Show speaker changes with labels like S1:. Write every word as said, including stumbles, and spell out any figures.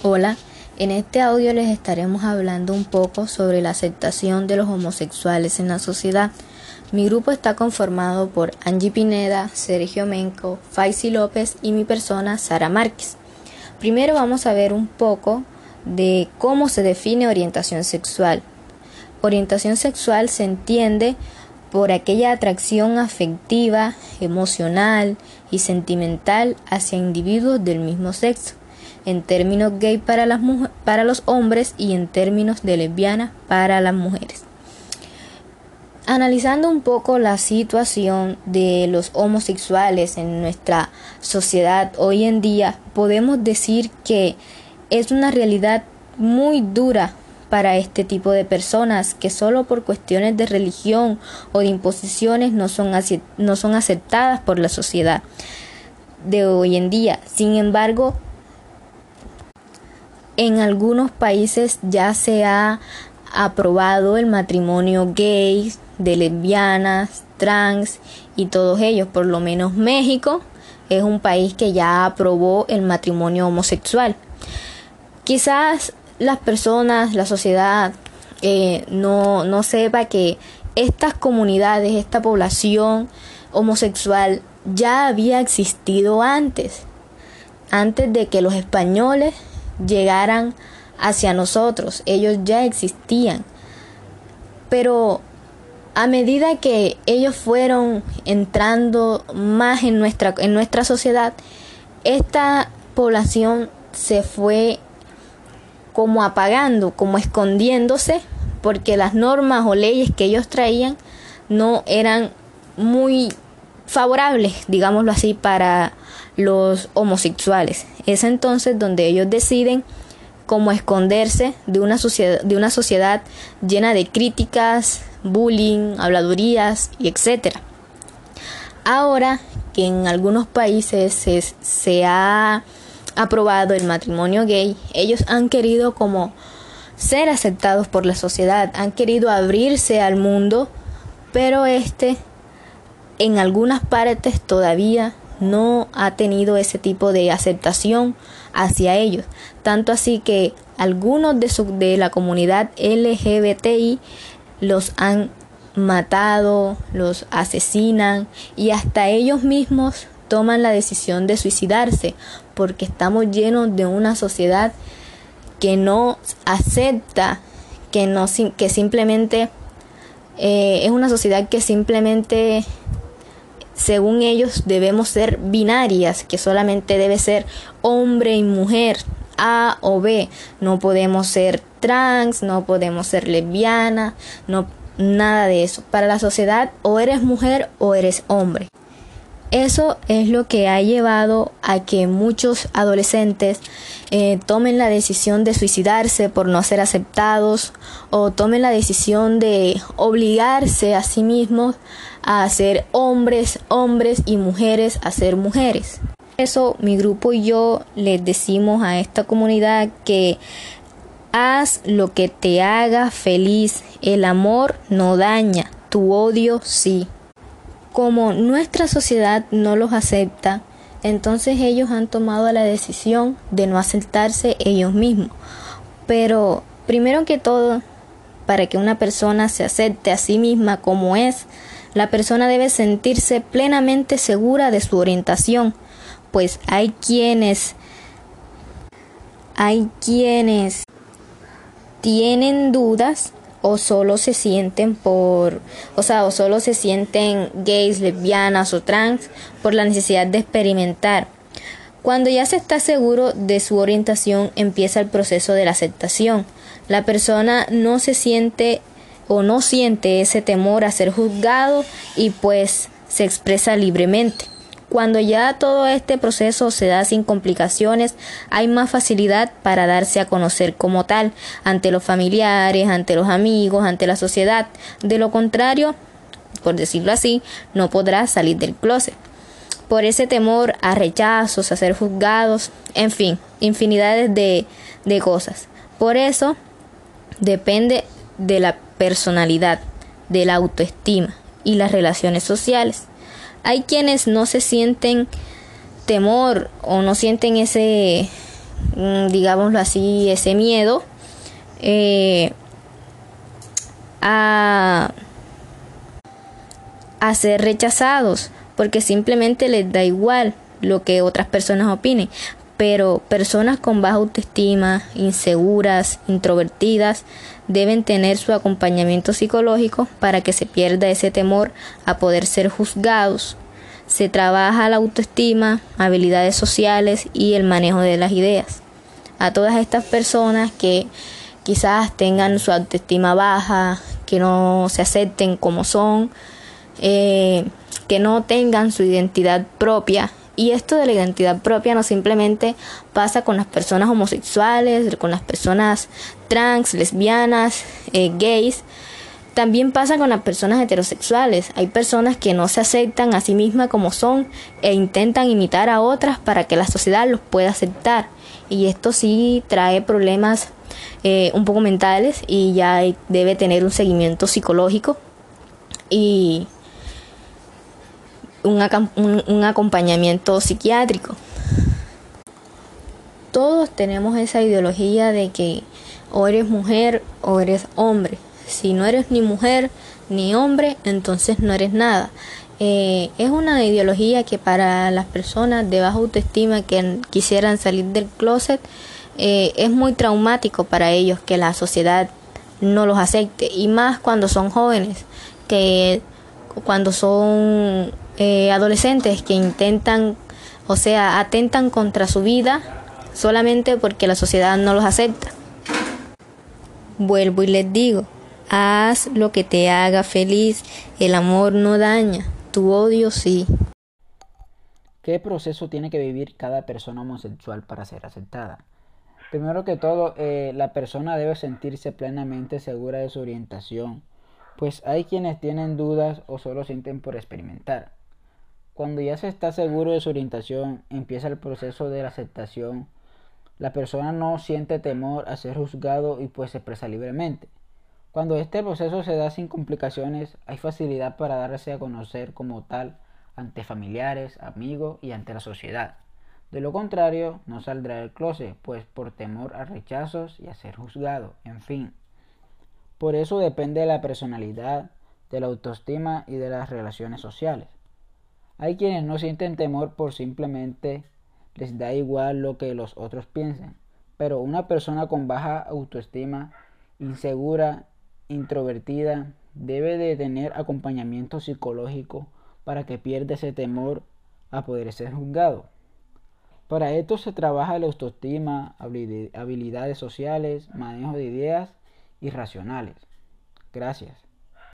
S1: Hola, en este audio les estaremos hablando un poco sobre la aceptación de los homosexuales en la sociedad. Mi grupo está conformado por Angie Pineda, Sergio Menco, Faisy López y mi persona, Sara Márquez. Primero vamos a ver un poco de cómo se define orientación sexual. Orientación sexual se entiende por aquella atracción afectiva, emocional y sentimental hacia individuos del mismo sexo, en términos gay para las mujeres, para los hombres y en términos de lesbiana para las mujeres. Analizando un poco la situación de los homosexuales en nuestra sociedad hoy en día, podemos decir que es una realidad muy dura para este tipo de personas que solo por cuestiones de religión o de imposiciones no son, no son aceptadas por la sociedad de hoy en día. Sin embargo, en algunos países ya se ha aprobado el matrimonio gay, de lesbianas, trans y todos ellos. Por lo menos México es un país que ya aprobó el matrimonio homosexual. Quizás las personas, la sociedad eh, no, no sepa que estas comunidades, esta población homosexual ya había existido antes, antes de que los españoles llegaran hacia nosotros. Ellos ya existían, pero a medida que ellos fueron entrando más en nuestra, en nuestra sociedad, esta población se fue como apagando, como escondiéndose, porque las normas o leyes que ellos traían no eran muy favorables, digámoslo así, para los homosexuales. Es entonces donde ellos deciden cómo esconderse de una sociedad, de una sociedad llena de críticas, bullying, habladurías y etcétera. Ahora que en algunos países se, se ha aprobado el matrimonio gay, ellos han querido como ser aceptados por la sociedad, han querido abrirse al mundo, pero este en algunas partes todavía no ha tenido ese tipo de aceptación hacia ellos, tanto así que algunos de, su, de la comunidad L G B T I los han matado, los asesinan y hasta ellos mismos toman la decisión de suicidarse, porque estamos llenos de una sociedad que no acepta, que no que simplemente eh, es una sociedad que simplemente, según ellos, debemos ser binarias, que solamente debe ser hombre y mujer, A o B. No podemos ser trans, no podemos ser lesbiana, no, nada de eso. Para la sociedad, o eres mujer o eres hombre. Eso es lo que ha llevado a que muchos adolescentes eh, tomen la decisión de suicidarse por no ser aceptados, o tomen la decisión de obligarse a sí mismos a ser hombres, hombres y mujeres a ser mujeres. Por eso mi grupo y yo les decimos a esta comunidad que haz lo que te haga feliz. El amor no daña, tu odio sí. Como nuestra sociedad no los acepta, entonces ellos han tomado la decisión de no aceptarse ellos mismos. Pero primero que todo, para que una persona se acepte a sí misma como es, la persona debe sentirse plenamente segura de su orientación, pues hay quienes, hay quienes tienen dudas o solo se sienten por, o sea, o solo se sienten gays, lesbianas o trans por la necesidad de experimentar. Cuando ya se está seguro de su orientación, empieza el proceso de la aceptación. La persona no se siente o no siente ese temor a ser juzgado y pues se expresa libremente. Cuando ya todo este proceso se da sin complicaciones, hay más facilidad para darse a conocer como tal, ante los familiares, ante los amigos, ante la sociedad. De lo contrario, por decirlo así, no podrá salir del closet, por ese temor a rechazos, a ser juzgados, en fin, infinidades de, de cosas. Por eso, depende de la personalidad, de la autoestima y las relaciones sociales. Hay quienes no se sienten temor o no sienten ese digámoslo así, ese miedo eh, a, a ser rechazados, porque simplemente les da igual lo que otras personas opinen. Pero personas con baja autoestima, inseguras, introvertidas, deben tener su acompañamiento psicológico para que se pierda ese temor a poder ser juzgados. Se trabaja la autoestima, habilidades sociales y el manejo de las ideas. A todas estas personas que quizás tengan su autoestima baja, que no se acepten como son, eh, que no tengan su identidad propia. Y esto de la identidad propia no simplemente pasa con las personas homosexuales, con las personas trans, lesbianas, eh, gays. También pasa con las personas heterosexuales. Hay personas que no se aceptan a sí mismas como son e intentan imitar a otras para que la sociedad los pueda aceptar. Y esto sí trae problemas eh, un poco mentales y ya debe tener un seguimiento psicológico y Un, un, un acompañamiento psiquiátrico. Todos tenemos esa ideología de que o eres mujer o eres hombre. Si no eres ni mujer ni hombre, entonces no eres nada. Eh, es una ideología que para las personas de baja autoestima que quisieran salir del closet eh, es muy traumático para ellos que la sociedad no los acepte, y más cuando son jóvenes, que cuando son eh, adolescentes que intentan, o sea, atentan contra su vida solamente porque la sociedad no los acepta. Vuelvo y les digo, haz lo que te haga feliz, el amor no daña, tu odio sí.
S2: ¿Qué proceso tiene que vivir cada persona homosexual para ser aceptada? Primero que todo, eh, la persona debe sentirse plenamente segura de su orientación, pues hay quienes tienen dudas o solo sienten por experimentar. Cuando ya se está seguro de su orientación, empieza el proceso de la aceptación. La persona no siente temor a ser juzgado y pues se expresa libremente. Cuando este proceso se da sin complicaciones, hay facilidad para darse a conocer como tal ante familiares, amigos y ante la sociedad. De lo contrario, no saldrá del closet, pues por temor a rechazos y a ser juzgado, en fin. Por eso depende de la personalidad, de la autoestima y de las relaciones sociales. Hay quienes no sienten temor por simplemente les da igual lo que los otros piensen, pero una persona con baja autoestima, insegura, introvertida, debe de tener acompañamiento psicológico para que pierda ese temor a poder ser juzgado. Para esto se trabaja la autoestima, habilidades sociales, manejo de ideas y racionales. Gracias.